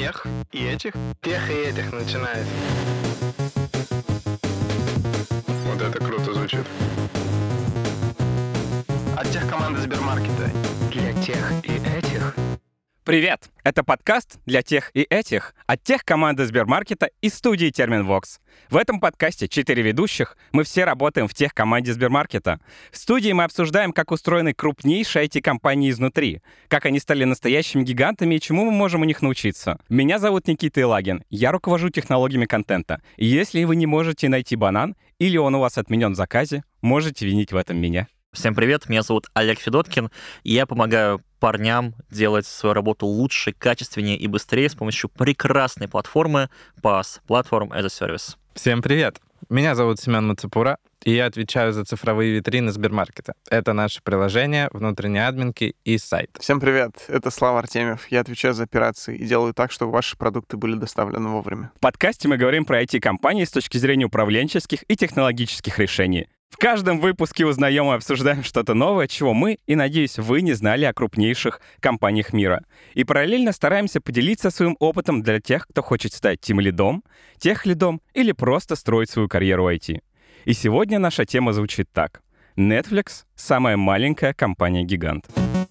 тех и этих? Тех и этих начинается. Вот это круто звучит. От техкоманды Сбермаркета. Для тех и этих. Привет! Это подкаст для тех и этих от техкоманды Сбермаркета и студии Терминвокс. В этом подкасте 4 ведущих, мы все работаем в техкоманде Сбермаркета. В студии мы обсуждаем, как устроены крупнейшие IT-компании изнутри, как они стали настоящими гигантами и чему мы можем у них научиться. Меня зовут Никита Илагин, я руковожу технологиями контента. И если вы не можете найти банан или он у вас отменен в заказе, можете винить в этом меня. Всем привет, меня зовут Олег Федоткин, и я помогаю парням делать свою работу лучше, качественнее и быстрее с помощью прекрасной платформы PaaS, Platform as a Service. Всем привет! Меня зовут Семен Мацепура, и я отвечаю за цифровые витрины Сбермаркета. Это наше приложение, внутренние админки и сайт. Всем привет, это Слава Артемьев. Я отвечаю за операции и делаю так, чтобы ваши продукты были доставлены вовремя. В подкасте мы говорим про IT-компании с точки зрения управленческих и технологических решений. В каждом выпуске узнаем и обсуждаем что-то новое, чего мы, и, надеюсь, вы не знали о крупнейших компаниях мира. И параллельно стараемся поделиться своим опытом для тех, кто хочет стать тимлидом, техлидом или просто строить свою карьеру в IT. И сегодня наша тема звучит так. Netflix — самая маленькая компания-гигант.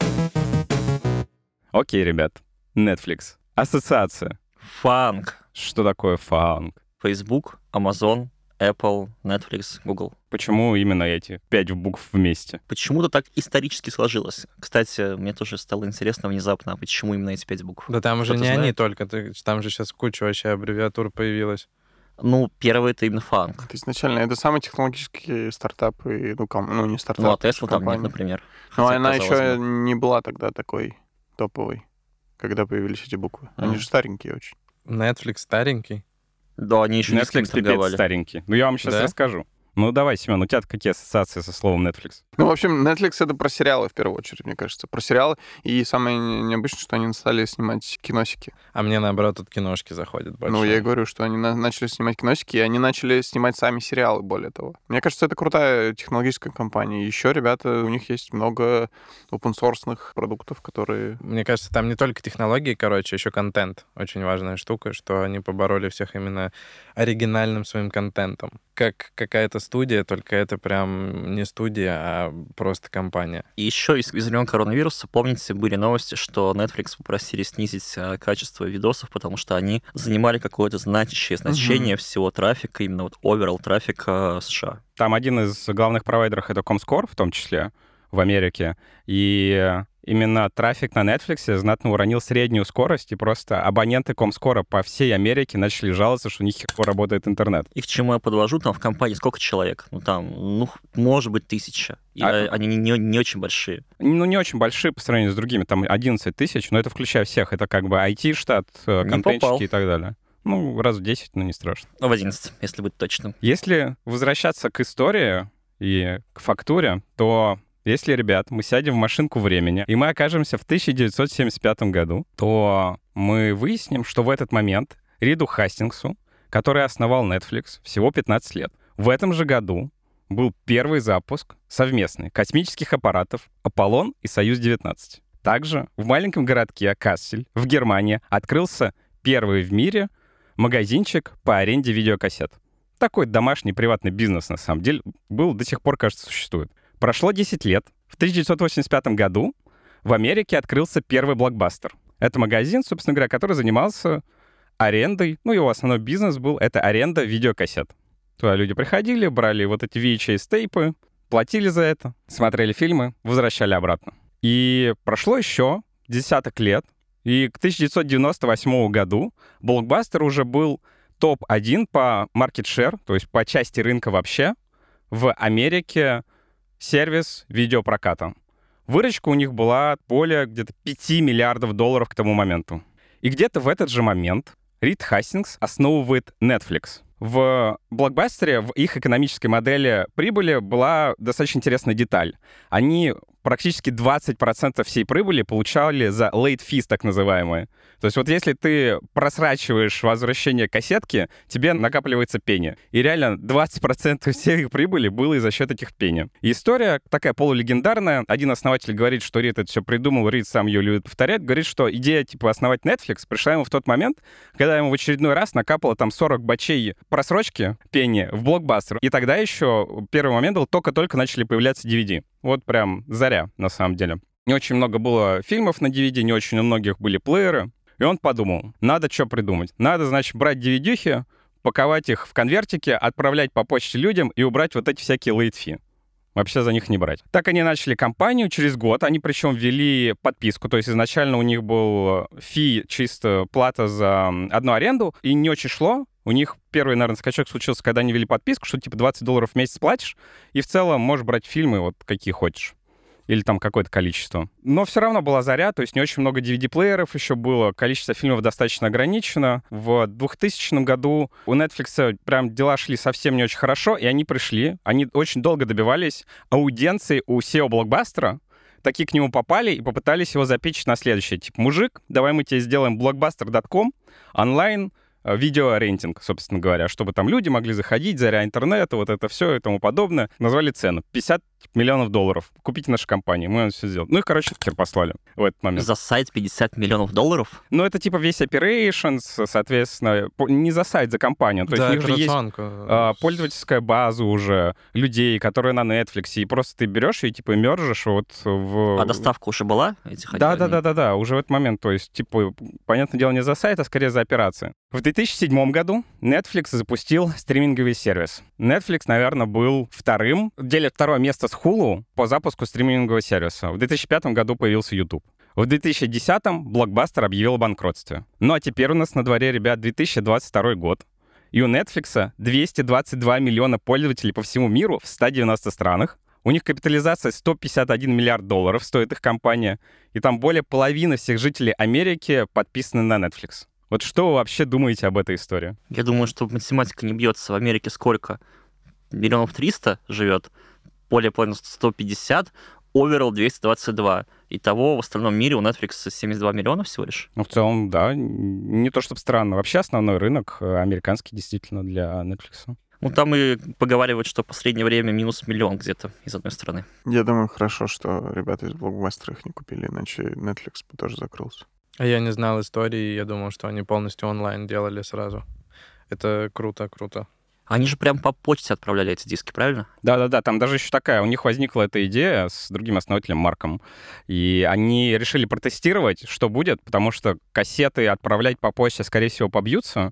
Окей, ребят. Netflix. Ассоциация. Фанк. Что такое фанк? Facebook, Amazon, Apple, Netflix, Google. Почему именно эти 5 букв вместе? Почему-то так исторически сложилось. Кстати, мне тоже стало интересно внезапно, а почему именно эти 5 букв. Да там же Кто-то не они знает? только, там же сейчас куча вообще аббревиатур появилась. Ну, первый — это именно фанк. Это изначально это самый технологический стартап, и, не стартап, Ну, а Tesla там компания. нет, например. Но Хотя, она казалось еще бы. не была тогда такой топовой, когда появились эти буквы. Они же старенькие очень. Netflix старенький. Да, они еще не с кем Netflix пипец торговали. старенький. Ну, я вам сейчас Да? расскажу. Ну, давай, Семен, у тебя какие ассоциации со словом Netflix? Ну, в общем, Netflix — это про сериалы, в первую очередь, мне кажется. Про сериалы. И самое необычное, что они стали снимать киносики. А мне, наоборот, тут киношки заходят больше. Ну, я и говорю, что они начали снимать киносики, и они начали снимать сами сериалы, более того. Мне кажется, это крутая технологическая компания. Еще ребята, у них есть много open-source продуктов, которые... Мне кажется, там не только технологии, еще контент. Очень важная штука, что они побороли всех именно оригинальным своим контентом. Как какая-то студия, только это прям не студия, а просто компания. И еще из времен коронавируса, помните, были новости, что Netflix попросили снизить качество видосов, потому что они занимали какое-то значащее значение всего трафика, именно вот overall трафика США. Там один из главных провайдеров — это Comscore, в том числе, в Америке. И именно трафик на Netflix знатно уронил среднюю скорость, и просто абоненты Comscore по всей Америке начали жаловаться, что у них херово работает интернет. И к чему я подвожу, там в компании сколько человек? Может быть, 1000. И они не очень большие. Ну, не очень большие по сравнению с другими, там 11 тысяч, но это включая всех. Это как бы IT-штат, контентчики попал. и так далее. Ну, раз в 10, но не страшно. В 11, если быть точным. Если возвращаться к истории и к фактуре, то если, ребят, мы сядем в машинку времени, и мы окажемся в 1975 году, то мы выясним, что в этот момент Риду Хастингсу, который основал Netflix, всего 15 лет. В этом же году был первый запуск совместный космических аппаратов «Аполлон» и «Союз-19». Также в маленьком городке Кассель в Германии открылся первый в мире магазинчик по аренде видеокассет. Такой домашний приватный бизнес, на самом деле, был, до сих пор, кажется, существует. Прошло 10 лет. В 1985 году в Америке открылся первый блокбастер. Это магазин, собственно говоря, который занимался арендой. Ну, его основной бизнес был — это аренда видеокассет. Туда люди приходили, брали вот эти VHS-тейпы, платили за это, смотрели фильмы, возвращали обратно. И прошло еще десяток лет, и к 1998 году блокбастер уже был топ-1 по market share, то есть по части рынка вообще, в Америке сервис видеопроката. Выручка у них была более где-то 5 миллиардов долларов к тому моменту. И где-то в этот же момент Рид Хастингс основывает Netflix. В блокбастере, в их экономической модели прибыли была достаточно интересная деталь. Они практически 20% всей прибыли получали за late fees, так называемые. То есть вот если ты просрачиваешь возвращение кассетки, тебе накапливается пени. И реально 20% всей их прибыли было и за счет этих пени. И история такая полулегендарная. Один основатель говорит, что Рид это все придумал, Рид сам ее любит повторять. Говорит, что идея типа основать Netflix пришла ему в тот момент, когда ему в очередной раз накапало там 40 бачей просрочки пени в блокбастер. И тогда еще первый момент был, только-только начали появляться DVD. Вот прям заря, на самом деле. Не очень много было фильмов на DVD, не очень у многих были плееры. И он подумал, надо что придумать. Надо, значит, брать DVD-хи, паковать их в конвертике, отправлять по почте людям и убрать вот эти всякие late-фи. Вообще за них не брать. Так они начали кампанию через год. Они причем ввели подписку. То есть изначально у них был фи, чисто плата за одну аренду. И не очень шло. У них первый, наверное, скачок случился, когда они ввели подписку, что типа $20 в месяц платишь, и в целом можешь брать фильмы вот какие хочешь. Или там какое-то количество. Но все равно была заря, то есть не очень много DVD-плееров еще было, количество фильмов достаточно ограничено. В 2000 году у Netflix прям дела шли совсем не очень хорошо, и они пришли, они очень долго добивались аудиенции у SEO-блокбастера, такие к нему попали и попытались его запечь на следующее. Типа, мужик, давай мы тебе сделаем blockbuster.com, онлайн, видеорентинг, собственно говоря, чтобы там люди могли заходить, заря интернета, вот это все и тому подобное. Назвали цену. $50 миллионов. Купите нашу компанию. Мы все сделали. Ну, их, короче, хер послали в этот момент. За сайт $50 миллионов? Ну, это типа весь operations, соответственно, не за сайт, за компанию. То есть у них же есть пользовательская база уже людей, которые на Netflix, и просто ты берешь и типа мержишь вот в... А доставка уже была этих? Да, уже в этот момент. То есть, типа, понятное дело, не за сайт, а скорее за операции. В 2007 году Netflix запустил стриминговый сервис. Netflix, наверное, был вторым, делит второе место с Hulu по запуску стримингового сервиса. В 2005 году появился YouTube. В 2010-м Blockbuster объявил о банкротстве. Ну а теперь у нас на дворе, ребят, 2022 год. И у Netflix 222 миллиона пользователей по всему миру в 190 странах. У них капитализация $151 миллиард стоит их компания. И там более половины всех жителей Америки подписаны на Netflix. Вот что вы вообще думаете об этой истории? Я думаю, что математика не бьется. В Америке сколько? 300 миллионов живет. Более половины 150, overall 222. Итого в остальном мире у Netflix 72 миллиона всего лишь. Ну, в целом, да. Не то чтобы странно. Вообще основной рынок американский действительно для Netflix. Ну, там и поговаривают, что в последнее время минус $1 миллион где-то из одной стороны. Я думаю, хорошо, что ребята из Blockbuster их не купили, иначе Netflix бы тоже закрылся. А я не знал истории, я думал, что они полностью онлайн делали сразу. Это круто. Они же прям по почте отправляли эти диски, правильно? Да, там даже еще такая, у них возникла эта идея с другим основателем Марком, и они решили протестировать, что будет, потому что кассеты отправлять по почте, скорее всего, побьются,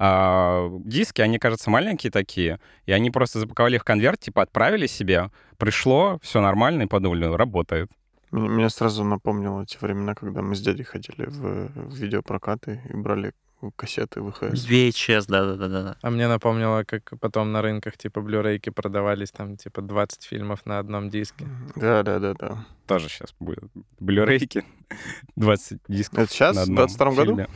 а диски, они, кажется, маленькие такие, и они просто запаковали их в конверт, типа отправили себе, пришло, все нормально, и подумали, работает. Меня сразу напомнило те времена, когда мы с дядей ходили в видеопрокаты и брали кассеты VHS. VHS, да. А мне напомнило, как потом на рынках типа блюрейки продавались, там типа 20 фильмов на одном диске. Да. Тоже сейчас будет. Блюрейки, 20 дисков. Это сейчас, на в 22 году? фильме.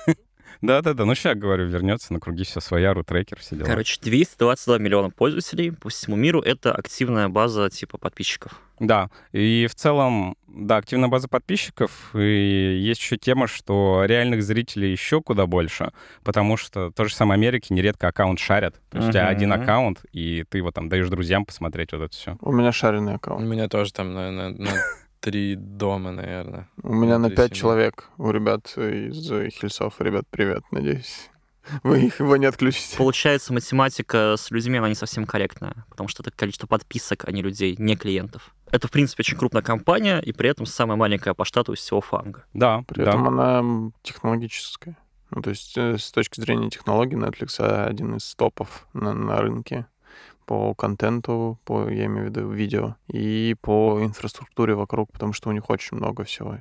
Да. Ну, сейчас, говорю, вернется на круги все своя, рутрекер, все дела. Короче, 222 миллиона пользователей по всему миру — это активная база типа подписчиков. Да, и в целом, да, активная база подписчиков, и есть еще тема, что реальных зрителей еще куда больше, потому что в той же самой Америке нередко аккаунт шарят. То есть у тебя один аккаунт, и ты его там даешь друзьям посмотреть вот это все. У меня шаренный У аккаунт. меня тоже там на 3 дома, наверное. У меня на 3 5 семьи. человек. У ребят из Хильсов. Ребят, привет, надеюсь. Вы его не отключите. Получается, математика с людьми, она не совсем корректная, потому что это количество подписок, а не людей, не клиентов. Это, в принципе, очень крупная компания, и при этом самая маленькая по штату из всего фанга. Да, При этом она технологическая. Ну, то есть с точки зрения технологий Netflix один из топов на рынке по контенту, я имею в виду видео, и по инфраструктуре вокруг, потому что у них очень много всего.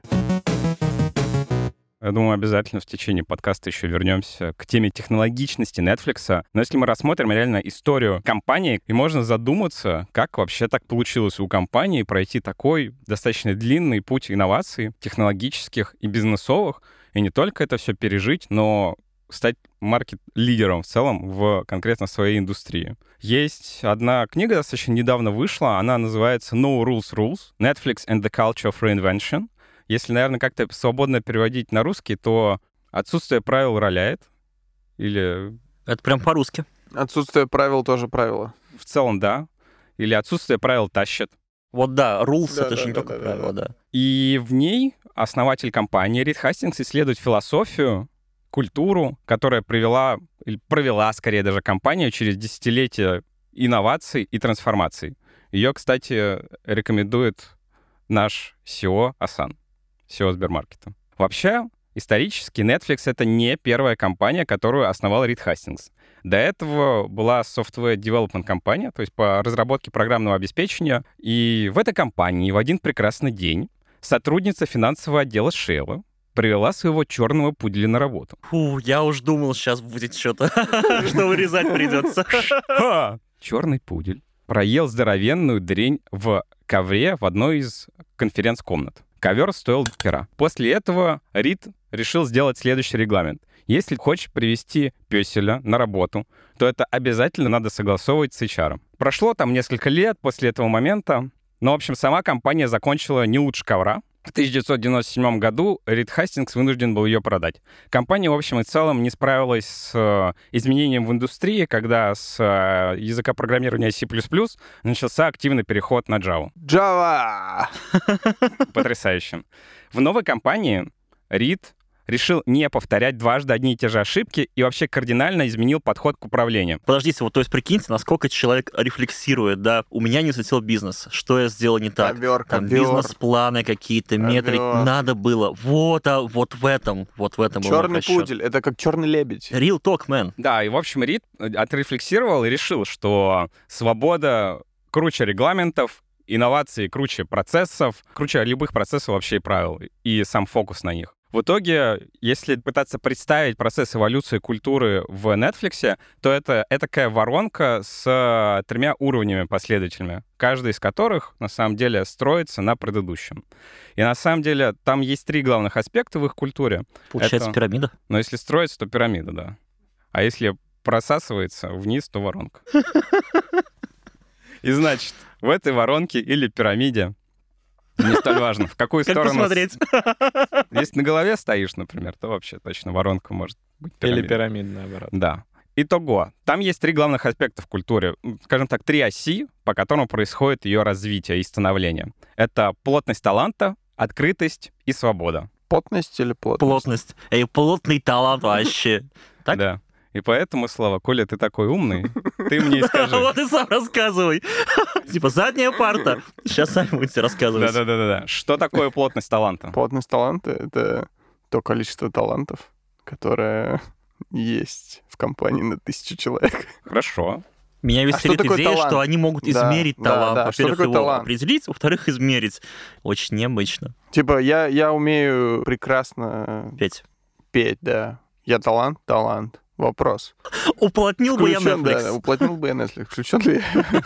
Я думаю, обязательно в течение подкаста еще вернемся к теме технологичности Netflix. Но если мы рассмотрим реально историю компании, и можно задуматься, как вообще так получилось у компании пройти такой достаточно длинный путь инноваций технологических и бизнесовых, и не только это все пережить, но стать маркет-лидером в целом в конкретно своей индустрии. Есть одна книга, достаточно недавно вышла, она называется No Rules Rules: Netflix and the Culture of Reinvention. Если, наверное, как-то свободно переводить на русский, то «Отсутствие правил роляет» или... Это прям по-русски. Отсутствие правил тоже правило. В целом, да. Или «Отсутствие правил тащит». Вот да, rules Да, это же да, не да, только да, правила, да. И в ней основатель компании Рид Хастингс исследует философию, культуру, которая провела, скорее даже, компанию через десятилетия инноваций и трансформаций. Ее, кстати, рекомендует наш CEO Асан, CEO Сбермаркета. Вообще, исторически Netflix — это не первая компания, которую основал Рид Хастингс. До этого была software development компания, то есть по разработке программного обеспечения. И в этой компании в один прекрасный день сотрудница финансового отдела Шелла привела своего черного пуделя на работу. Фу, я уж думал, сейчас будет что-то, что вырезать придется. Черный пудель проел здоровенную дрень в ковре в одной из конференц-комнат. Ковер стоил $1. После этого Рид решил сделать следующий регламент. Если хочешь привести пёселя на работу, то это обязательно надо согласовывать с HR. Прошло там несколько лет после этого момента, но, в общем, сама компания закончила не лучше ковра. В 1997 году Рид Хастингс вынужден был ее продать. Компания, в общем и целом, не справилась с изменением в индустрии, когда с языка программирования C++ начался активный переход на Java. Java! Потрясающе. В новой компании Рид решил не повторять дважды одни и те же ошибки и вообще кардинально изменил подход к управлению. Подождите, вот то есть прикиньте, насколько человек рефлексирует, да, у меня не взлетел бизнес, что я сделал не так? Там бизнес-планы какие-то, метрики, надо было. Вот в этом был Черный пудель, это как черный лебедь. Real talk, man. Да, и, в общем, Рид отрефлексировал и решил, что свобода круче регламентов, инновации круче процессов, круче любых процессов вообще и правил, и сам фокус на них. В итоге, если пытаться представить процесс эволюции культуры в Netflix, то это такая воронка с 3 уровнями последовательными, каждый из которых, на самом деле, строится на предыдущем. И, на самом деле, там есть 3 главных аспекта в их культуре. Получается, пирамида? Но если строится, то пирамида, да. А если просасывается вниз, то воронка. И, значит, в этой воронке или пирамиде не столь важно, в какую сторону... Как посмотреть? Если на голове стоишь, например, то вообще точно воронка может быть пирамидой. Или пирамид, наоборот. Да. Итого. Там есть 3 главных аспекта в культуре. Скажем так, 3 оси, по которым происходит ее развитие и становление. Это плотность таланта, открытость и свобода. Плотность или плотность? Плотность. Плотный талант вообще. Так? Да. И поэтому, Слава, Коля, ты такой умный, ты мне и скажи. Вот и сам рассказывай. Типа задняя парта. Сейчас сами будете рассказывать. Да. Что такое плотность таланта? Плотность таланта — это то количество талантов, которое есть в компании на 1000 человек. Хорошо. Меня веселит идея, талант? что они могут измерить талант. Да. Что Во-первых, такое его талант? определить, во-вторых, измерить. Очень необычно. Типа, я умею прекрасно Петь. да. Я талант. Вопрос. Уплотнил бы я Включен, Netflix. да, уплотнил бы я Netflix. Включен ли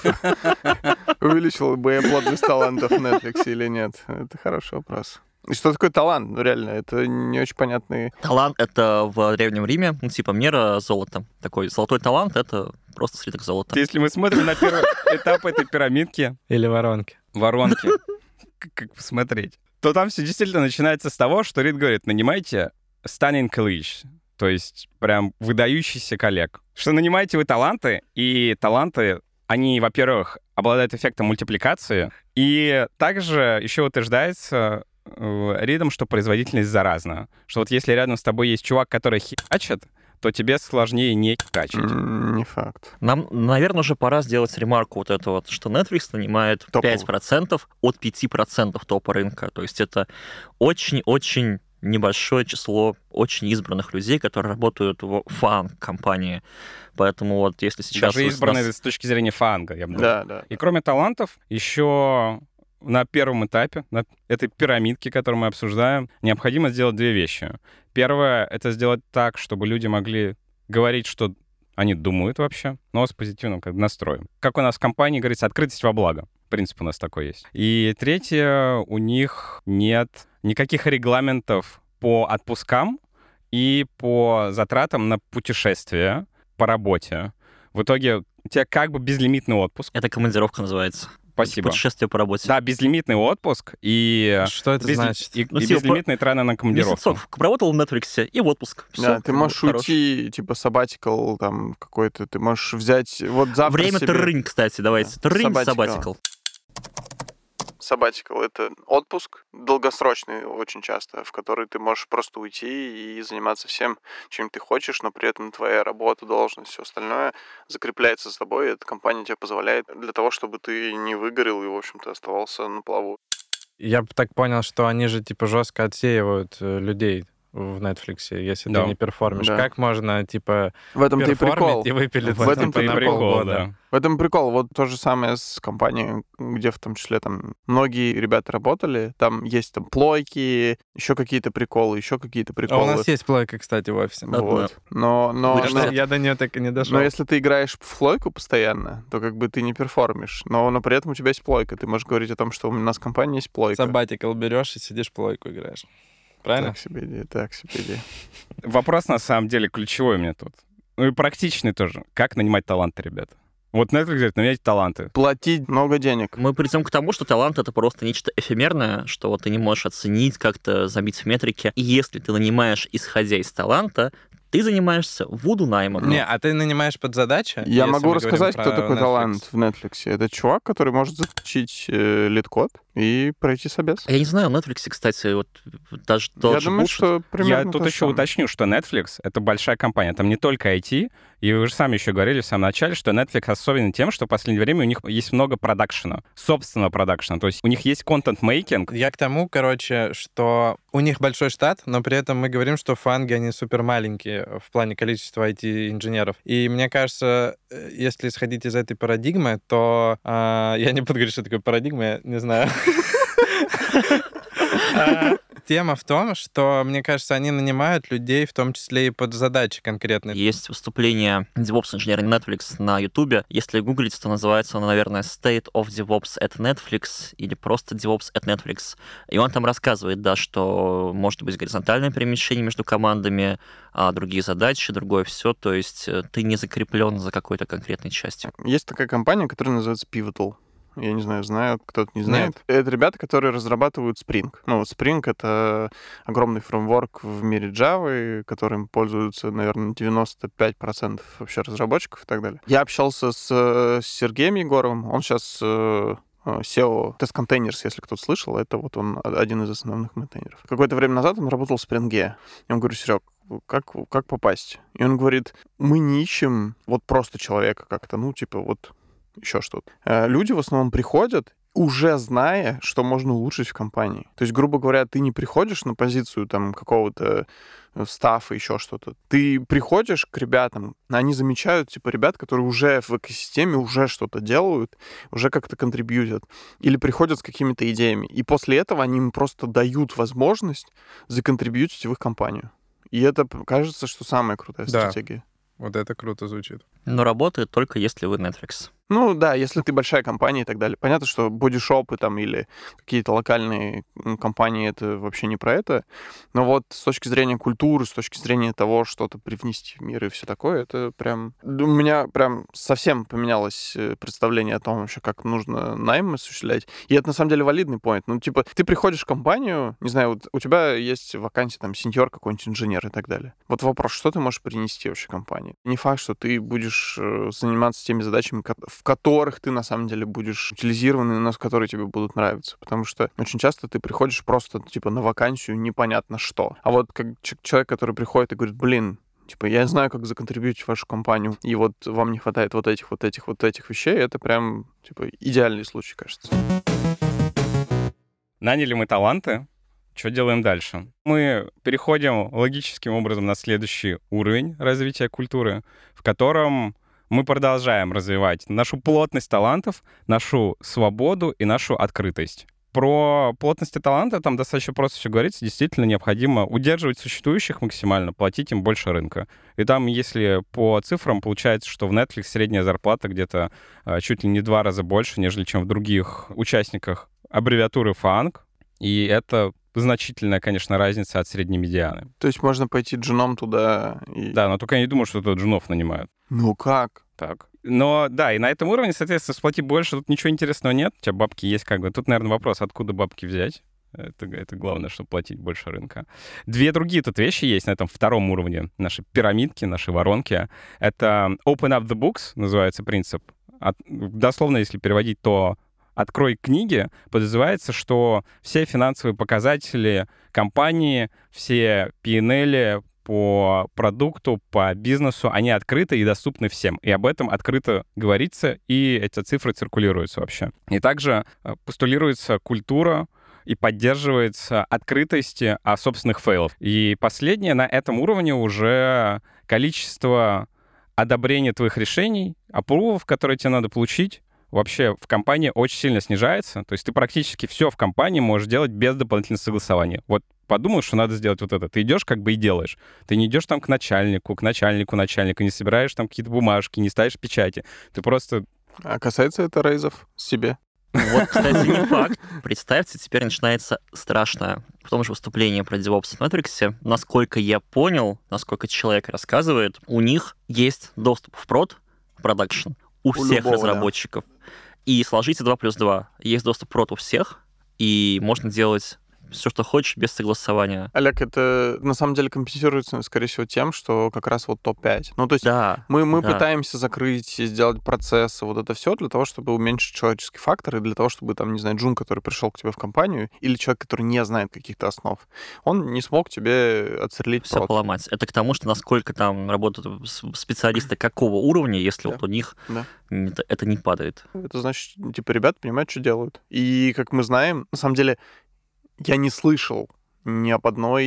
я? Увеличил бы я плотность талантов в Netflix или нет? Это хороший вопрос. И что такое талант? Ну, реально, это не очень понятный... Талант — это в Древнем Риме, типа мера золота. Такой золотой талант — это просто слиток золота. Если мы смотрим на первый этап этой пирамидки, Или воронки. воронки, как посмотреть, то там все действительно начинается с того, что Рид говорит: нанимайте stunning colleagues, то есть прям выдающийся коллег. Что нанимаете вы таланты, и таланты, они, во-первых, обладают эффектом мультипликации, и также еще утверждается Ридом, что производительность заразна. Что вот если рядом с тобой есть чувак, который херачит, то тебе сложнее не херачить. Не факт. Нам, наверное, уже пора сделать ремарку вот это вот, что Netflix нанимает Топовых. 5% от 5% топа рынка. То есть это очень-очень небольшое число очень избранных людей, которые работают в фан-компании. Поэтому вот если сейчас... Даже избранные с точки зрения фанга, я бы думал. Да. И кроме талантов, еще на первом этапе, на этой пирамидке, которую мы обсуждаем, необходимо сделать 2 вещи. Первое — это сделать так, чтобы люди могли говорить, что они думают вообще, но с позитивным настроем. Как у нас в компании говорится, открытость во благо. Принцип у нас такой есть. И третье, у них нет никаких регламентов по отпускам и по затратам на путешествия по работе. В итоге у тебя как бы безлимитный отпуск. Это командировка называется. Спасибо. Путешествие по работе. Да, безлимитный отпуск и... Что это значит? И, Ну, и типа, безлимитные траты на командировку. Месяцок работал в Netflix и в отпуск. Да, Всё, ты можешь хорош. уйти, типа, sabbatical там какой-то, ты можешь взять вот завтра Время себе... трынь, кстати, давайте. Да, Трынь, sabbatical. sabbatical. Sabbatical — это отпуск долгосрочный очень часто, в который ты можешь просто уйти и заниматься всем, чем ты хочешь, но при этом твоя работа, должность, все остальное закрепляется за тобой, и эта компания тебе позволяет для того, чтобы ты не выгорел и, в общем-то, оставался на плаву. Я так понял, что они же типа жестко отсеивают людей в Netflix, если Да. ты не перформишь. Да. Как можно, типа, В этом-то и перформить прикол. и выпилиться В этом-то типа, и на прикол, полгода? да. В этом прикол. Вот то же самое с компанией, где в том числе там многие ребята работали. Там есть там плойки, еще какие-то приколы, еще какие-то А приколы. у нас есть плойка, кстати, в офисе. Да. Вот. Но Я до нее так и не дошел. Но если ты играешь в плойку постоянно, то как бы ты не перформишь. Но при этом у тебя есть плойка. Ты можешь говорить о том, что у нас в компании есть плойка. Sabbatical берешь и сидишь плойку играешь. Правильно? Так себе идея, так себе идея. Вопрос, на самом деле, ключевой у меня тут. Ну и практичный тоже. Как нанимать таланты, ребята? Вот Netflix говорит, нанимайте таланты. Платить много денег. Мы придем к тому, что талант — это просто нечто эфемерное, что вот ты не можешь оценить, как-то забить в метрике. И если ты нанимаешь, исходя из таланта, ты занимаешься вуду-наймом. Не, а ты нанимаешь под задачи? Я если могу мы говорим рассказать, кто про такой Netflix? талант в Netflix. Это чувак, который может заключить лид-код и пройти собес. Я не знаю, Netflix, кстати, вот даже тот Я же думаю, bullshit. что примерно Я тут то же еще самое. уточню, что Netflix — это большая компания. Там не только IT, и вы же сами еще говорили в самом начале, что Netflix особенен тем, что в последнее время у них есть много продакшена, собственного продакшена. То есть у них есть контент-мейкинг. Я к тому, короче, что у них большой штат, но при этом мы говорим, что фанги, они супер маленькие в плане количества IT-инженеров. И мне кажется, если исходить из этой парадигмы, то... я не буду говорить, что такое парадигма, я не знаю. Тема в том, что, мне кажется, они нанимают людей, в том числе и под задачи конкретные. Есть выступление DevOps-инженера Netflix на YouTube. Если гуглить, то называется оно, наверное, State of DevOps at Netflix или просто DevOps at Netflix. И он там рассказывает, да, что может быть горизонтальное перемещение между командами, другие задачи, другое все. То есть ты не закреплен за какой-то конкретной частью. Есть такая компания, которая называется Pivotal. Я не знаю, знают, кто-то не знает. Это ребята, которые разрабатывают Spring. Ну, Spring — это огромный фреймворк в мире Java, которым пользуются, наверное, 95% вообще разработчиков и так далее. Я общался с Сергеем Егоровым. Он сейчас SEO Test Containers, если кто-то слышал, это вот он один из основных мейнтейнеров. Какое-то время назад он работал в Spring. Я ему говорю: Серег, как попасть? И он говорит: мы не ищем вот просто человека как-то, ну, типа вот еще что-то. Люди в основном приходят, уже зная, что можно улучшить в компании. То есть, грубо говоря, ты не приходишь на позицию там какого-то стаффа, еще что-то. Ты приходишь к ребятам, они замечают, типа, ребят, которые уже в экосистеме уже что-то делают, уже как-то контрибьютят. Или приходят с какими-то идеями. И после этого они им просто дают возможность законтрибьютить в их компанию. И это, кажется, что самая крутая стратегия. Вот это круто звучит. Но работает только если вы Netflix. Ну да, если ты большая компания и так далее. Понятно, что бодишопы там или какие-то локальные компании — это вообще не про это. Но вот с точки зрения культуры, с точки зрения того, что-то привнести в мир и все такое, это прям... У меня прям совсем поменялось представление о том вообще, как нужно найм осуществлять. И это на самом деле валидный поинт. Ну, типа, ты приходишь в компанию, не знаю, вот у тебя есть вакансия, там, сеньор какой-нибудь, инженер и так далее. Вот вопрос, что ты можешь принести вообще компании? Не факт, что ты будешь заниматься теми задачами, в которых ты на самом деле будешь утилизирован, и на которые тебе будут нравиться. Потому что очень часто ты приходишь просто, типа, на вакансию непонятно что. А вот как человек, который приходит и говорит: блин, типа, я знаю, как законтрибьютить в вашу компанию, и вот вам не хватает вот этих вещей, это прям, типа, идеальный случай, кажется. Наняли мы таланты. Что делаем дальше? Мы переходим логическим образом на следующий уровень развития культуры, в котором мы продолжаем развивать нашу плотность талантов, нашу свободу и нашу открытость. Про плотность таланта там достаточно просто все говорится. Действительно необходимо удерживать существующих максимально, платить им больше рынка. И там, если по цифрам, получается, что в Netflix средняя зарплата где-то чуть ли не 2 раза больше, нежели чем в других участниках аббревиатуры FANG. И это значительная, конечно, разница от средней медианы. То есть можно пойти джуном туда и... Да, но только я не думаю, что тут джунов нанимают. Ну как? Так. Но да, и на этом уровне, соответственно, сплати больше, тут ничего интересного нет. У тебя бабки есть как бы. Тут, наверное, вопрос, откуда бабки взять. Это главное, чтобы платить больше рынка. Две другие тут вещи есть на этом втором уровне. Наши пирамидки, наши воронки. Это open up the books, называется принцип. Дословно, если переводить, то «открой книги» подразумевается, что все финансовые показатели компании, все P&L по продукту, по бизнесу, они открыты и доступны всем. И об этом открыто говорится, и эти цифры циркулируются вообще. И также постулируется культура и поддерживается открытость собственных фейлов. И последнее, на этом уровне уже количество одобрения твоих решений, аппрувов, которые тебе надо получить, вообще в компании очень сильно снижается. То есть ты практически все в компании можешь делать без дополнительного согласования. Вот подумал, что надо сделать вот это. Ты идешь как бы и делаешь. Ты не идешь там к начальнику, начальника, не собираешь там какие-то бумажки, не ставишь печати. Ты просто... А касается это рейзов себе? Вот, кстати, не факт. Представьте, теперь начинается страшное. В том же выступлении про DevOps в Netflix, насколько я понял, насколько человек рассказывает, у них есть доступ в прод, в продакшн, у всех любого, разработчиков. Да. И сложите 2+2. Есть доступ в прод у всех, и можно делать все, что хочешь, без согласования. Олег, это на самом деле компенсируется, скорее всего, тем, что как раз вот топ-5. Ну, то есть да, мы пытаемся закрыть, сделать процессы, вот это все для того, чтобы уменьшить человеческий фактор, и для того, чтобы, там, не знаю, джун, который пришел к тебе в компанию, или человек, который не знает каких-то основ, он не смог тебе отстрелить все поломать. Это к тому, что насколько там работают специалисты какого уровня, если вот у них это не падает. Это значит, типа, ребята понимают, что делают. И, как мы знаем, на самом деле, я не слышал ни об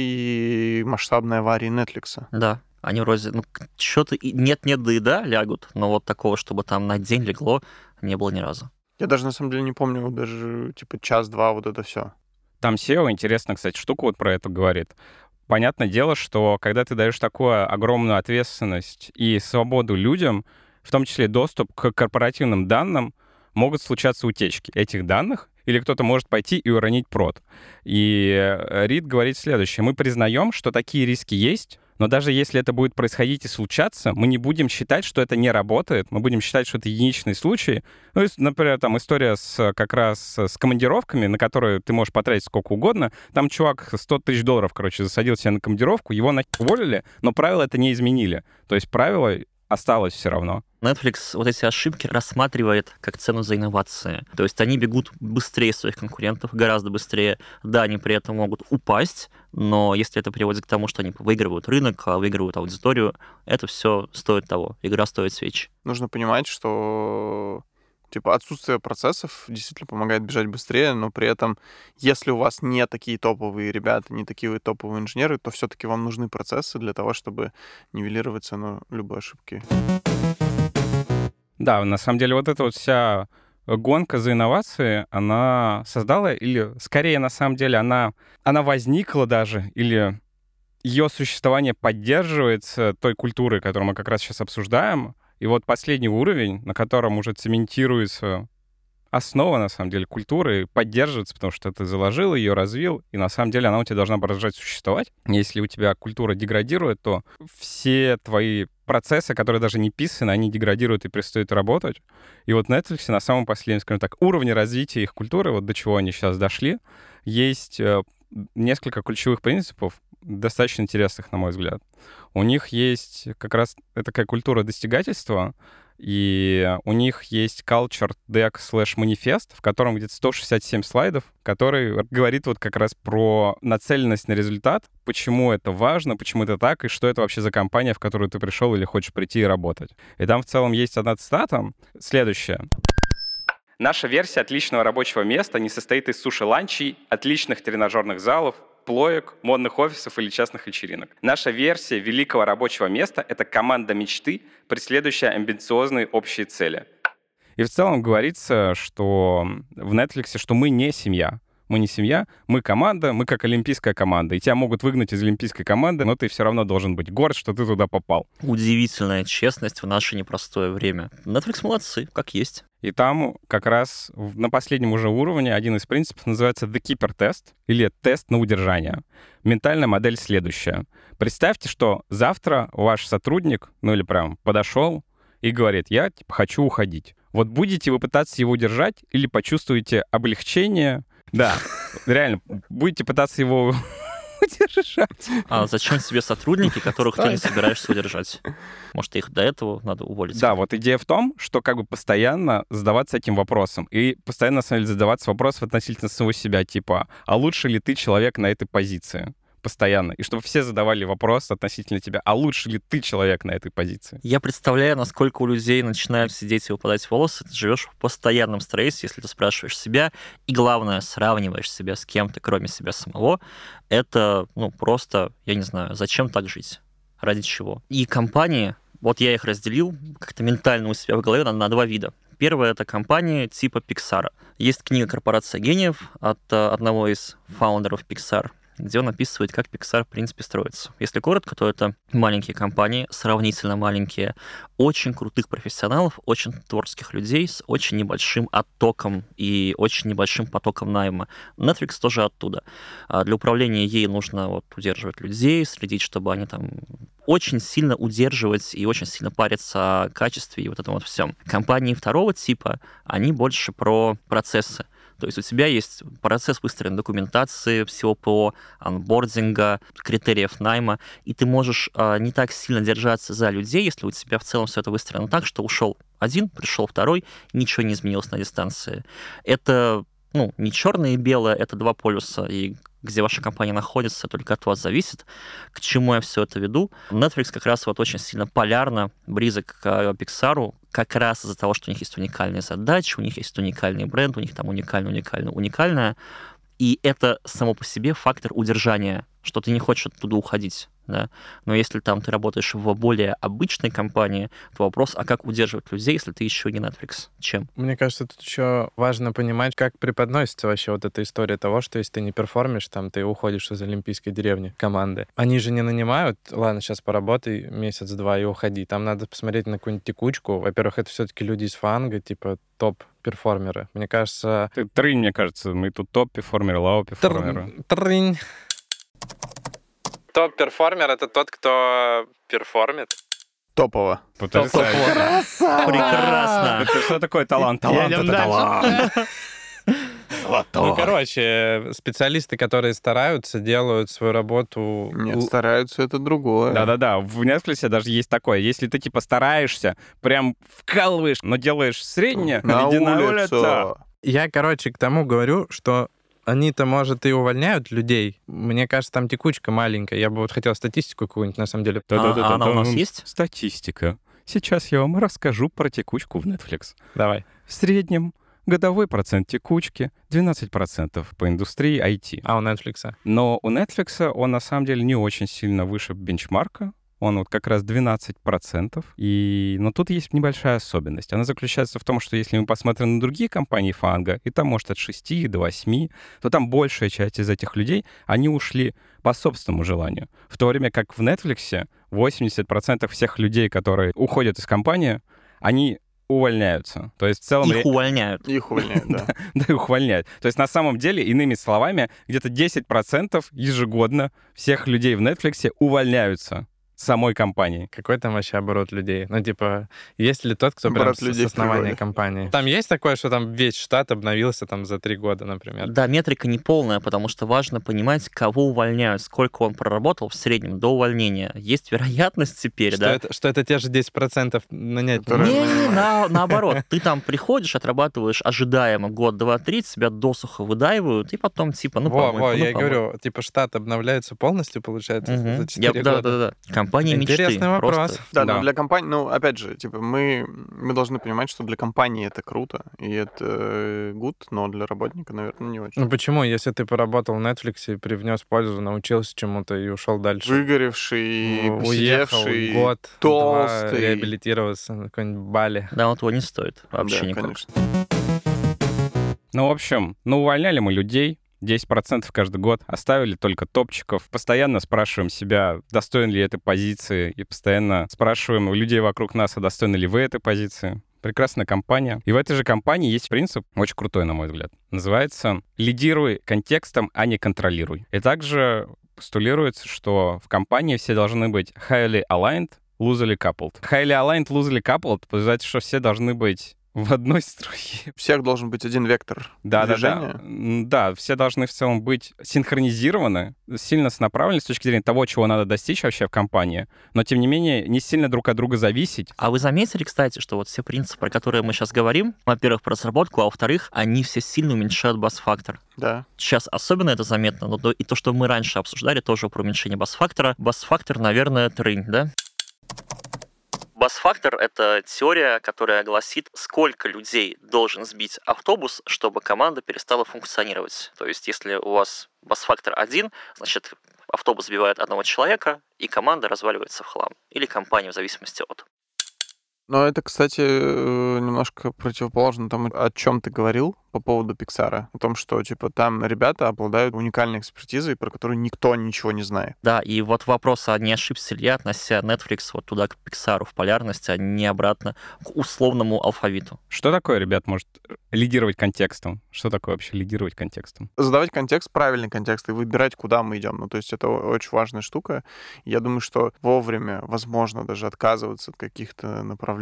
одной масштабной аварии Netflix. Да, они вроде, что-то нет-нет, да и да, лягут, но вот такого, чтобы там на день легло, не было ни разу. Я даже, на самом деле, не помню, даже, типа, час-два вот это все. Там SEO, интересно, кстати, штука вот про это говорит. Понятное дело, что когда ты даешь такую огромную ответственность и свободу людям, в том числе доступ к корпоративным данным, могут случаться утечки этих данных, или кто-то может пойти и уронить прод. И Рид говорит следующее. Мы признаем, что такие риски есть, но даже если это будет происходить и случаться, мы не будем считать, что это не работает. Мы будем считать, что это единичный случай. Ну, например, там история как раз с командировками, на которые ты можешь потратить сколько угодно. Там чувак $100 тысяч, засадил себя на командировку, его уволили, но правила это не изменили. То есть правило осталось все равно. Netflix вот эти ошибки рассматривает как цену за инновации. То есть они бегут быстрее своих конкурентов, гораздо быстрее. Да, они при этом могут упасть, но если это приводит к тому, что они выигрывают рынок, выигрывают аудиторию, это все стоит того. Игра стоит свеч. Нужно понимать, что типа отсутствие процессов действительно помогает бежать быстрее, но при этом, если у вас не такие топовые ребята, не такие топовые инженеры, то все-таки вам нужны процессы для того, чтобы нивелировать цену любой ошибки. Да, на самом деле вот эта вот вся гонка за инновации, она создала, или скорее на самом деле она возникла даже, или ее существование поддерживается той культурой, которую мы как раз сейчас обсуждаем. И вот последний уровень, на котором уже цементируется основа, на самом деле, культуры, поддерживается, потому что ты заложил ее, развил, и на самом деле она у тебя должна продолжать существовать. Если у тебя культура деградирует, то все твои процессы, которые даже не писаны, они деградируют и перестают работать. И вот на Netflix на самом последнем, скажем так, уровне развития их культуры, вот до чего они сейчас дошли, есть несколько ключевых принципов, достаточно интересных, на мой взгляд. У них есть как раз такая культура достигательства, и у них есть culture deck /манифест, в котором где-то 167 слайдов, который говорит вот как раз про нацеленность на результат, почему это важно, почему это так, и что это вообще за компания, в которую ты пришел или хочешь прийти и работать. И там в целом есть одна цитата, следующая. Наша версия отличного рабочего места не состоит из суши-ланчей, отличных тренажерных залов, плоек, модных офисов или частных вечеринок. Наша версия великого рабочего места — это команда мечты, преследующая амбициозные общие цели. И в целом говорится, что в Netflix, что мы не семья. мы не семья, мы команда, мы как олимпийская команда. И тебя могут выгнать из олимпийской команды, но ты все равно должен быть горд, что ты туда попал. Удивительная честность в наше непростое время. Netflix молодцы, как есть. И там как раз на последнем уже уровне один из принципов называется The Keeper Test, или тест на удержание. Ментальная модель следующая. Представьте, что завтра ваш сотрудник, ну или прям подошел и говорит, я типа хочу уходить. Вот будете вы пытаться его удержать или почувствуете облегчение? Да, реально, будете пытаться его удержать. А зачем тебе сотрудники, которых ты не собираешься удержать? Может, их до этого надо уволить? Да, вот идея в том, что как бы постоянно задаваться этим вопросом. И постоянно, на самом деле, задаваться вопросом относительно самого себя, типа, а лучше ли ты человек на этой позиции? Постоянно. И чтобы все задавали вопрос относительно тебя, а лучше ли ты человек на этой позиции? Я представляю, насколько у людей начинают сидеть и выпадать волосы. Ты живешь в постоянном стрессе, если ты спрашиваешь себя, и главное, сравниваешь себя с кем-то, кроме себя самого. Это, просто, я не знаю, зачем так жить? Ради чего? И компании, вот я их разделил как-то ментально у себя в голове на два вида. Первое — это компании типа Pixar. Есть книга «Корпорация гениев» от одного из фаундеров Pixar, где он описывает, как Pixar, в принципе, строится. Если коротко, то это маленькие компании, сравнительно маленькие, очень крутых профессионалов, очень творческих людей с очень небольшим оттоком и очень небольшим потоком найма. Netflix тоже оттуда. Для управления ей нужно удерживать людей, следить, чтобы они там очень сильно удерживать и очень сильно париться о качестве и этом всем. Компании второго типа, они больше про процессы. То есть у тебя есть процесс выстроенной документации, всего ПО, анбординга, критериев найма, и ты можешь не так сильно держаться за людей, если у тебя в целом все это выстроено так, что ушел один, пришел второй, ничего не изменилось на дистанции. Это не черное и белое, это два полюса, и где ваша компания находится, только от вас зависит. К чему я все это веду? Netflix как раз очень сильно полярно близок к Pixar, как раз из-за того, что у них есть уникальные задачи, у них есть уникальный бренд, у них там уникальное. И это само по себе фактор удержания, что ты не хочешь оттуда уходить. Да? Но если там ты работаешь в более обычной компании, то вопрос, а как удерживать людей, если ты еще не Netflix? Чем? Мне кажется, тут еще важно понимать, как преподносится вообще эта история того, что если ты не перформишь, там ты уходишь из олимпийской деревни команды. Они же не нанимают, ладно, сейчас поработай месяц-два и уходи. Там надо посмотреть на какую-нибудь текучку. Во-первых, это все-таки люди из фанга, типа топ-перформеры. Мне кажется... Трынь, мне кажется. Мы тут топ-перформеры, лау-перформеры. Трынь. Топ-перформер — это тот, кто перформит. Топово. Потрясающе. Прекрасно. Это что такое талант? Талант — это талант. Специалисты, которые стараются, делают свою работу... Нет, стараются — это другое. Да-да-да, в Netflix даже есть такое. Если ты, стараешься, прям вкалываешь, но делаешь среднее, иди на улицу. Я, к тому говорю, что они-то, может, и увольняют людей. Мне кажется, там текучка маленькая. Я бы хотел статистику какую-нибудь, на самом деле. А она у нас есть? Статистика. Сейчас я вам расскажу про текучку в Netflix. Давай. В среднем годовой процент текучки 12% по индустрии IT. А у Netflix? Но у Netflix он, на самом деле, не очень сильно выше бенчмарка. Он как раз 12%. Но тут есть небольшая особенность. Она заключается в том, что если мы посмотрим на другие компании фанга, и там, может, от 6 до 8, то там большая часть из этих людей, они ушли по собственному желанию. В то время как в Netflix 80% всех людей, которые уходят из компании, они увольняются. То есть в целом... Их увольняют, да. Да, их увольняют. То есть на самом деле, иными словами, где-то 10% ежегодно всех людей в Netflix увольняются самой компании. Какой там вообще оборот людей? Есть ли тот, кто прям с основания компании? Там есть такое, что там весь штат обновился за 3 года, например? Да, метрика не полная, потому что важно понимать, кого увольняют, сколько он проработал в среднем до увольнения. Есть вероятность теперь, что это те же 10% нанять? Наоборот. Ты там приходишь, отрабатываешь ожидаемо год, два, три, тебя досуха выдаивают, и потом я говорю, штат обновляется полностью, получается, за 4 года? Да. Компания мечты. Интересный вопрос. Да, но для компании, опять же, мы должны понимать, что для компании это круто, и это good, но для работника, наверное, не очень. Почему? Если ты поработал в Netflix и привнес пользу, научился чему-то и ушел дальше. Выгоревший, посидевший, год, толстый. Реабилитироваться на какой-нибудь Бали. Да, того не стоит. Вообще никак. Конечно. В общем, увольняли мы людей, 10% каждый год, оставили только топчиков. Постоянно спрашиваем себя, достоин ли этой позиции, и постоянно спрашиваем у людей вокруг нас, а достойны ли вы этой позиции. Прекрасная компания. И в этой же компании есть принцип, очень крутой, на мой взгляд. Называется «Лидируй контекстом, а не контролируй». И также постулируется, что в компании все должны быть highly aligned, loosely coupled. Highly aligned, loosely coupled подразумевает, что все должны быть в одной струе. У всех должен быть один вектор движения. Да, все должны в целом быть синхронизированы, сильно направлены с точки зрения того, чего надо достичь вообще в компании, но, тем не менее, не сильно друг от друга зависеть. А вы заметили, кстати, что вот все принципы, про которые мы сейчас говорим, во-первых, про разработку, а во-вторых, они все сильно уменьшают бас-фактор. Да. Сейчас особенно это заметно, но и то, что мы раньше обсуждали, тоже про уменьшение бас-фактора. Бас-фактор, наверное, трынь, да? Бас-фактор — это теория, которая гласит, сколько людей должен сбить автобус, чтобы команда перестала функционировать. То есть, если у вас бас-фактор 1, значит, автобус сбивает одного человека, и команда разваливается в хлам. Или компания, в зависимости от. Но это, кстати, немножко противоположно тому, о чем ты говорил по поводу Pixar. О том, что, типа, там ребята обладают уникальной экспертизой, про которую никто ничего не знает. Да, и вот вопрос, а не ошибся ли я, относя Netflix вот туда, к Pixar в полярности, а не обратно к условному алфавиту? Что такое, ребят, может лидировать контекстом? Что такое вообще лидировать контекстом? Задавать контекст, правильный контекст, и выбирать, куда мы идем. Ну, то есть это очень важная штука. Я думаю, что вовремя, возможно, даже отказываться от каких-то направлений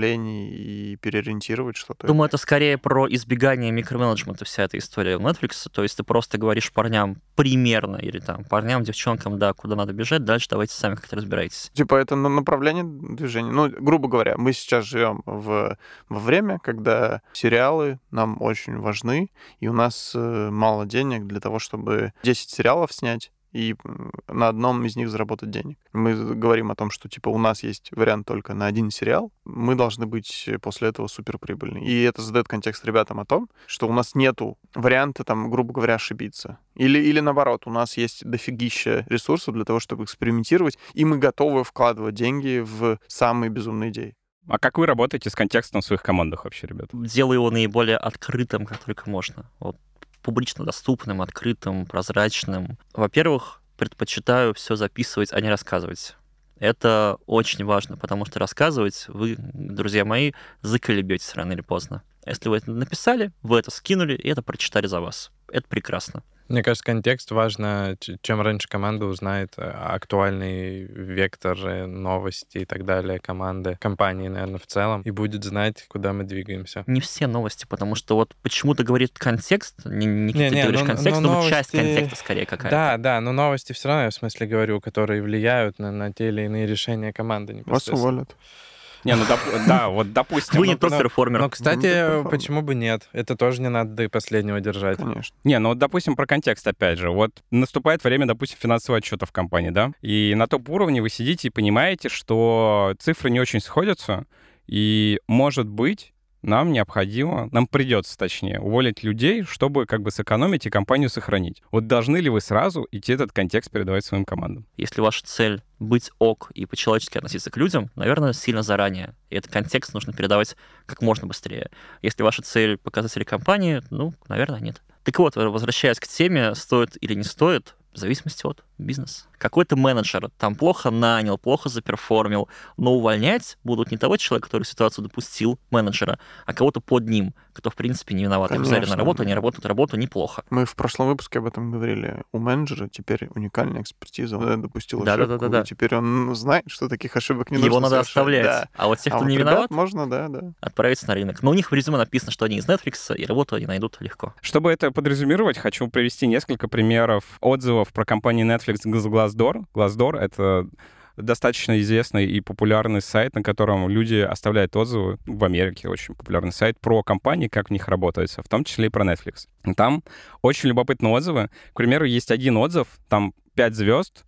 и переориентировать что-то. Думаю, это скорее про избегание микроменеджмента, вся эта история у Netflix. То есть ты просто говоришь парням примерно, или там парням, девчонкам, да, куда надо бежать, дальше давайте сами как-то разбирайтесь. Типа это направление движения. Ну, грубо говоря, мы сейчас живем во время, когда сериалы нам очень важны, и у нас мало денег для того, чтобы 10 сериалов снять и на одном из них заработать денег. Мы говорим о том, что, типа, у нас есть вариант только на один сериал, мы должны быть после этого суперприбыльны. И это задает контекст ребятам о том, что у нас нету варианта, там, грубо говоря, ошибиться. Или наоборот, у нас есть дофигища ресурсов для того, чтобы экспериментировать, и мы готовы вкладывать деньги в самые безумные идеи. А как вы работаете с контекстом в своих командах вообще, ребята? Делаю его наиболее открытым, как только можно. Вот публично доступным, открытым, прозрачным. Во-первых, предпочитаю все записывать, а не рассказывать. Это очень важно, потому что рассказывать вы, друзья мои, заколебетесь рано или поздно. Если вы это написали, вы это скинули, и это прочитали за вас. Это прекрасно. Мне кажется, контекст важно. Чем раньше команда узнает актуальный вектор новости и так далее команды, компании, наверное, в целом, и будет знать, куда мы двигаемся. Не все новости, потому что вот почему-то говорит контекст, не ты говоришь контекст, но новости... часть контекста скорее какая-то. Да, но новости все равно, я в смысле говорю, которые влияют на те или иные решения команды непосредственно. Вас уволят. Не, ну да, вот допустим. Вы не тот перформер. Но, кстати, почему бы нет? Это тоже не надо до последнего держать. Конечно. Не, ну вот, допустим, про контекст опять же. Вот наступает время, допустим, финансового отчета в компании, да? И на топ-уровне вы сидите и понимаете, что цифры не очень сходятся, и, может быть, нам придется, точнее, уволить людей, чтобы как бы сэкономить и компанию сохранить. Вот должны ли вы сразу идти этот контекст передавать своим командам? Если ваша цель быть ок и по-человечески относиться к людям, наверное, сильно заранее. И этот контекст нужно передавать как можно быстрее. Если ваша цель показатели компании, наверное, нет. Так вот, возвращаясь к теме, стоит или не стоит, в зависимости от бизнеса. Какой-то менеджер там плохо нанял, плохо заперформил, но увольнять будут не того человека, который ситуацию допустил, менеджера, а кого-то под ним, кто, в принципе, не виноват. Их взяли на работу, они работают работу неплохо. Мы в прошлом выпуске об этом говорили. У менеджера теперь уникальная экспертиза. Он допустил ошибку, и теперь он знает, что таких ошибок не нужно Его надо совершать. оставлять. Да. А вот тех, кто вот не виноват, можно, отправиться на рынок. Но у них в резюме написано, что они из Netflix, и работу они найдут легко. Чтобы это подрезюмировать, хочу привести несколько примеров отзывов про компанию Netflix Glassdoor. Glassdoor — это достаточно известный и популярный сайт, на котором люди оставляют отзывы. В Америке очень популярный сайт про компании, как в них работается, в том числе и про Netflix. Там очень любопытные отзывы. К примеру, есть один отзыв, там 5 звезд,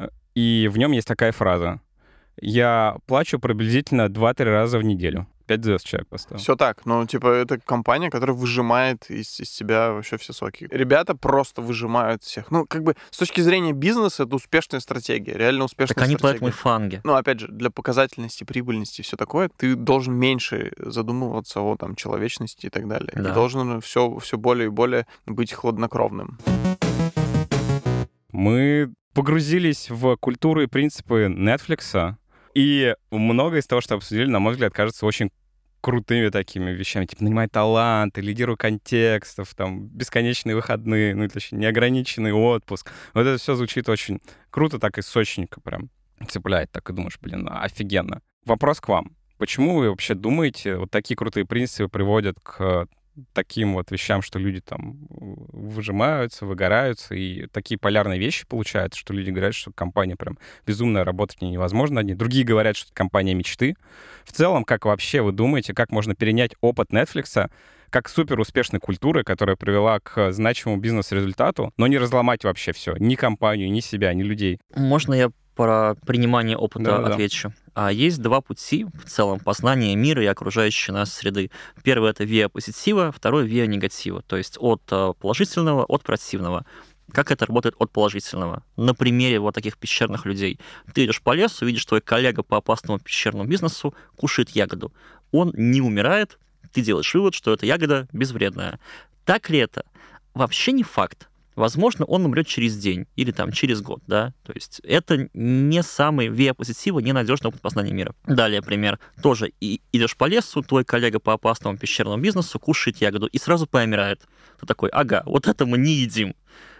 и в нем есть такая фраза: «Я плачу приблизительно 2-3 раза в неделю». 5 звезд человек поставил. Все так. Но, это компания, которая выжимает из себя вообще все соки. Ребята просто выжимают всех. С точки зрения бизнеса, это успешная стратегия. Реально успешная стратегия. Так они поэтому и фанги. Опять же, для показательности, прибыльности и все такое, ты должен меньше задумываться о человечности и так далее. Да. Ты должен все более и более быть хладнокровным. Мы погрузились в культуру и принципы Netflix, и многое из того, что обсудили, на мой взгляд, кажется очень крутыми такими вещами, типа нанимай таланты, лидируй контекстов, там, бесконечные выходные, ну, точнее, неограниченный отпуск. Вот это все звучит очень круто, так из сочника прям цепляет, так и думаешь, блин, офигенно. Вопрос к вам. Почему вы вообще думаете, вот такие крутые принципы приводят к таким вот вещам, что люди там выжимаются, выгораются, и такие полярные вещи получаются, что люди говорят, что компания прям безумная, работать в ней невозможно. Одни. Другие говорят, что это компания мечты. В целом, как вообще вы думаете, как можно перенять опыт Netflix как супер успешной культуры, которая привела к значимому бизнес-результату, но не разломать вообще все, ни компанию, ни себя, ни людей? Можно я про принимание опыта Да-да-да. отвечу? Есть два пути в целом познания мира и окружающей нас среды. Первый — это виа позитива, второй — виа негатива, то есть от положительного, от противного. Как это работает от положительного? На примере вот таких пещерных людей. Ты идешь по лесу, видишь, твой коллега по опасному пещерному бизнесу кушает ягоду. Он не умирает, ты делаешь вывод, что эта ягода безвредная. Так ли это? Вообще не факт. Возможно, он умрет через день или там через год, да, то есть это не самый виа позитива, ненадежный опыт познания мира. Далее пример. Тоже идешь по лесу, твой коллега по опасному пещерному бизнесу кушает ягоду и сразу помирает. Ты такой, ага, вот это мы не едим.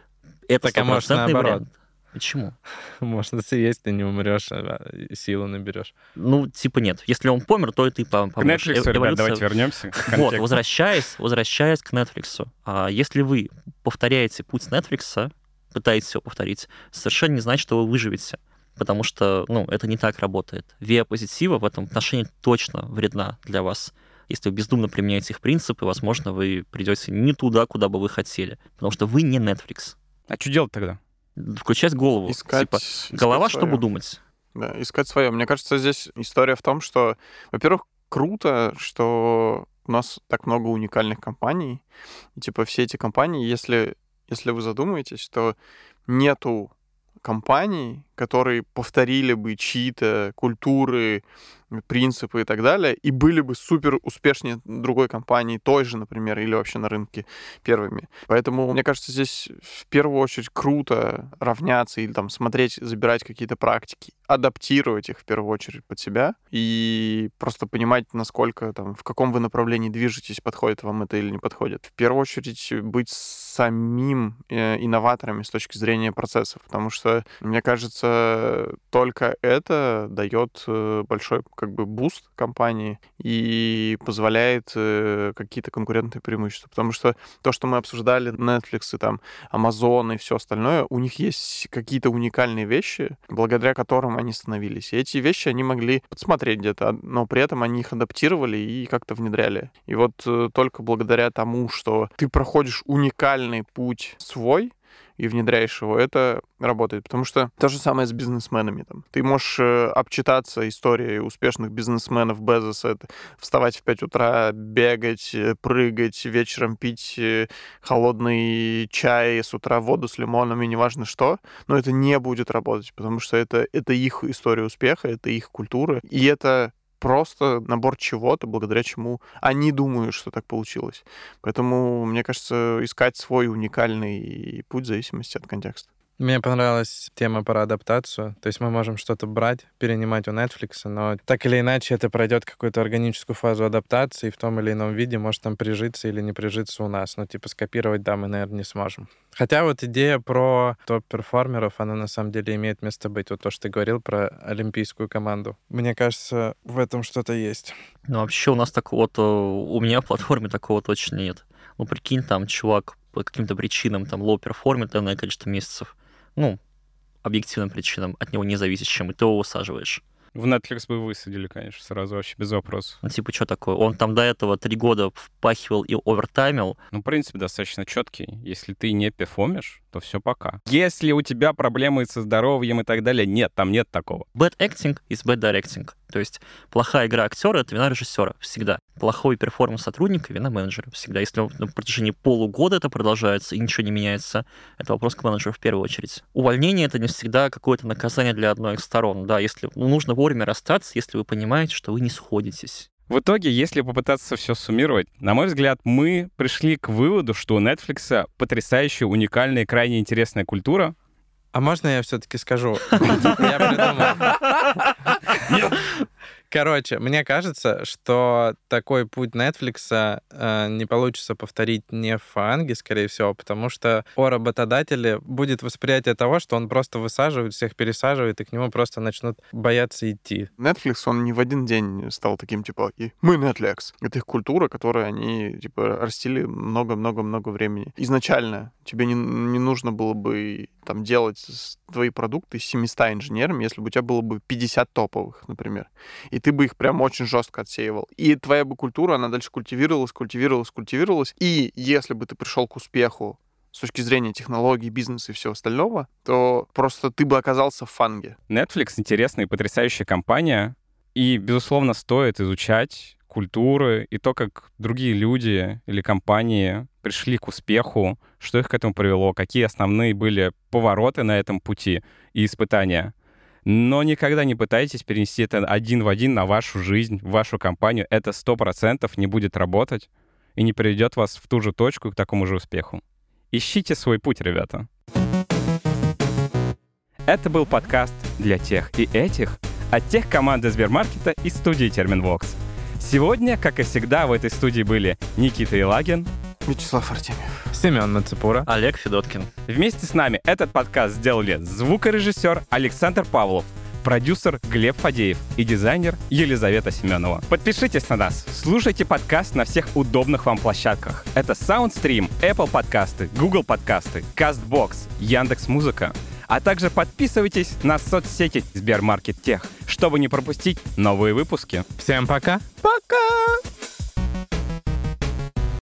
Это Так, а может, стопроцентный наоборот? вариант. Почему? Можно съесть, ты не умрешь, а силу наберешь. Ну, типа нет. Если он помер, то и ты К помрешь. Netflix, ребят, давайте вернемся. к Вот, контексту. возвращаясь к Netflix. Если вы повторяете путь Netflix, пытаетесь его повторить, совершенно не значит, что вы выживете. Потому что, это не так работает. Виа позитива в этом отношении точно вредна для вас. Если вы бездумно применяете их принципы, возможно, вы придете не туда, куда бы вы хотели. Потому что вы не Netflix. А что делать тогда? Включать голову. Искать Голова, своё. чтобы думать. Да, искать свое. Мне кажется, здесь история в том, что, во-первых, круто, что у нас так много уникальных компаний. И, типа, все эти компании, если вы задумаетесь, то нету компаний, которые повторили бы чьи-то культуры, принципы и так далее, и были бы супер успешнее другой компании, той же, например, или вообще на рынке первыми. Поэтому, мне кажется, здесь в первую очередь круто равняться или там смотреть, забирать какие-то практики, адаптировать их в первую очередь под себя и просто понимать, насколько там, в каком вы направлении движетесь, подходит вам это или не подходит. В первую очередь быть самим инноваторами с точки зрения процессов, потому что, мне кажется, только это дает большой буст компании и позволяет какие-то конкурентные преимущества. Потому что то, что мы обсуждали, Netflix и там Amazon и все остальное, у них есть какие-то уникальные вещи, благодаря которым они становились. И эти вещи они могли подсмотреть где-то, но при этом они их адаптировали и как-то внедряли. И вот только благодаря тому, что ты проходишь уникальный путь свой, и внедряешь его, это работает. Потому что то же самое с бизнесменами. Там. Ты можешь обчитаться историей успешных бизнесменов Безоса, это вставать в 5 утра, бегать, прыгать, вечером пить холодный чай, с утра воду с лимоном, и неважно что, но это не будет работать, потому что это их история успеха, это их культура, и это просто набор чего-то, благодаря чему они думают, что так получилось. Поэтому, мне кажется, искать свой уникальный путь в зависимости от контекста. Мне понравилась тема про адаптацию. То есть мы можем что-то брать, перенимать у Netflix, но так или иначе это пройдет какую-то органическую фазу адаптации, и в том или ином виде может там прижиться или не прижиться у нас. Ну, типа скопировать, да, мы, наверное, не сможем. Хотя вот идея про топ-перформеров, она на самом деле имеет место быть. Вот то, что ты говорил про олимпийскую команду. Мне кажется, в этом что-то есть. Ну, вообще у нас у меня в платформе такого точно нет. Ну, прикинь, там чувак по каким-то причинам там лоу-перформит данное количество месяцев. Объективным причинам, от него не зависит, чем, и ты его высаживаешь. В Netflix бы высадили, конечно, сразу вообще без вопросов. Что такое? Он там до этого 3 года впахивал и овертаймил. В принципе, достаточно четкий. Если ты не перформишь, то все пока. Если у тебя проблемы со здоровьем и так далее, нет, там нет такого. Bad acting is bad directing. То есть плохая игра актера — это вина режиссера всегда. Плохой перформанс сотрудника — вина менеджера всегда. Если на протяжении полугода это продолжается и ничего не меняется, это вопрос к менеджеру в первую очередь. Увольнение — это не всегда какое-то наказание для одной из сторон. Да, если нужно вовремя расстаться, если вы понимаете, что вы не сходитесь. В итоге, если попытаться все суммировать, на мой взгляд, мы пришли к выводу, что у Netflix потрясающая, уникальная и крайне интересная культура, А можно я все-таки скажу? Я придумал. Нет. Короче, мне кажется, что такой путь Netflix не получится повторить не в Фаанге, скорее всего, потому что у работодателя будет восприятие того, что он просто высаживает, всех пересаживает, и к нему просто начнут бояться идти. Netflix, он не в один день стал таким, типа, мы Netflix. Это их культура, которую они, типа, растили много-много-много времени. Изначально тебе не нужно было бы там делать твои продукты с 700 инженерами, если бы у тебя было бы 50 топовых, например. И ты бы их прям очень жестко отсеивал. И твоя бы культура, она дальше культивировалась. И если бы ты пришел к успеху с точки зрения технологий, бизнеса и всего остального, то просто ты бы оказался в Фаанге. Netflix — интересная и потрясающая компания, и, безусловно, стоит изучать культуры и то, как другие люди или компании пришли к успеху, что их к этому привело, какие основные были повороты на этом пути и испытания. Но никогда не пытайтесь перенести это один в один на вашу жизнь, в вашу компанию. Это 100% не будет работать и не приведет вас в ту же точку к такому же успеху. Ищите свой путь, ребята. Это был подкаст для тех и этих от тех команды Сбермаркета и студии Терминвокс. Сегодня, как и всегда, в этой студии были Никита Елагин, Вячеслав Артемьев, Семен Нацепура, Олег Федоткин. Вместе с нами этот подкаст сделали звукорежиссер Александр Павлов, продюсер Глеб Фадеев и дизайнер Елизавета Семенова. Подпишитесь на нас, слушайте подкаст на всех удобных вам площадках. Это SoundStream, Apple подкасты, Google подкасты, CastBox, Яндекс.Музыка. А также подписывайтесь на соцсети Сбермаркет Тех, чтобы не пропустить новые выпуски. Всем пока! Пока!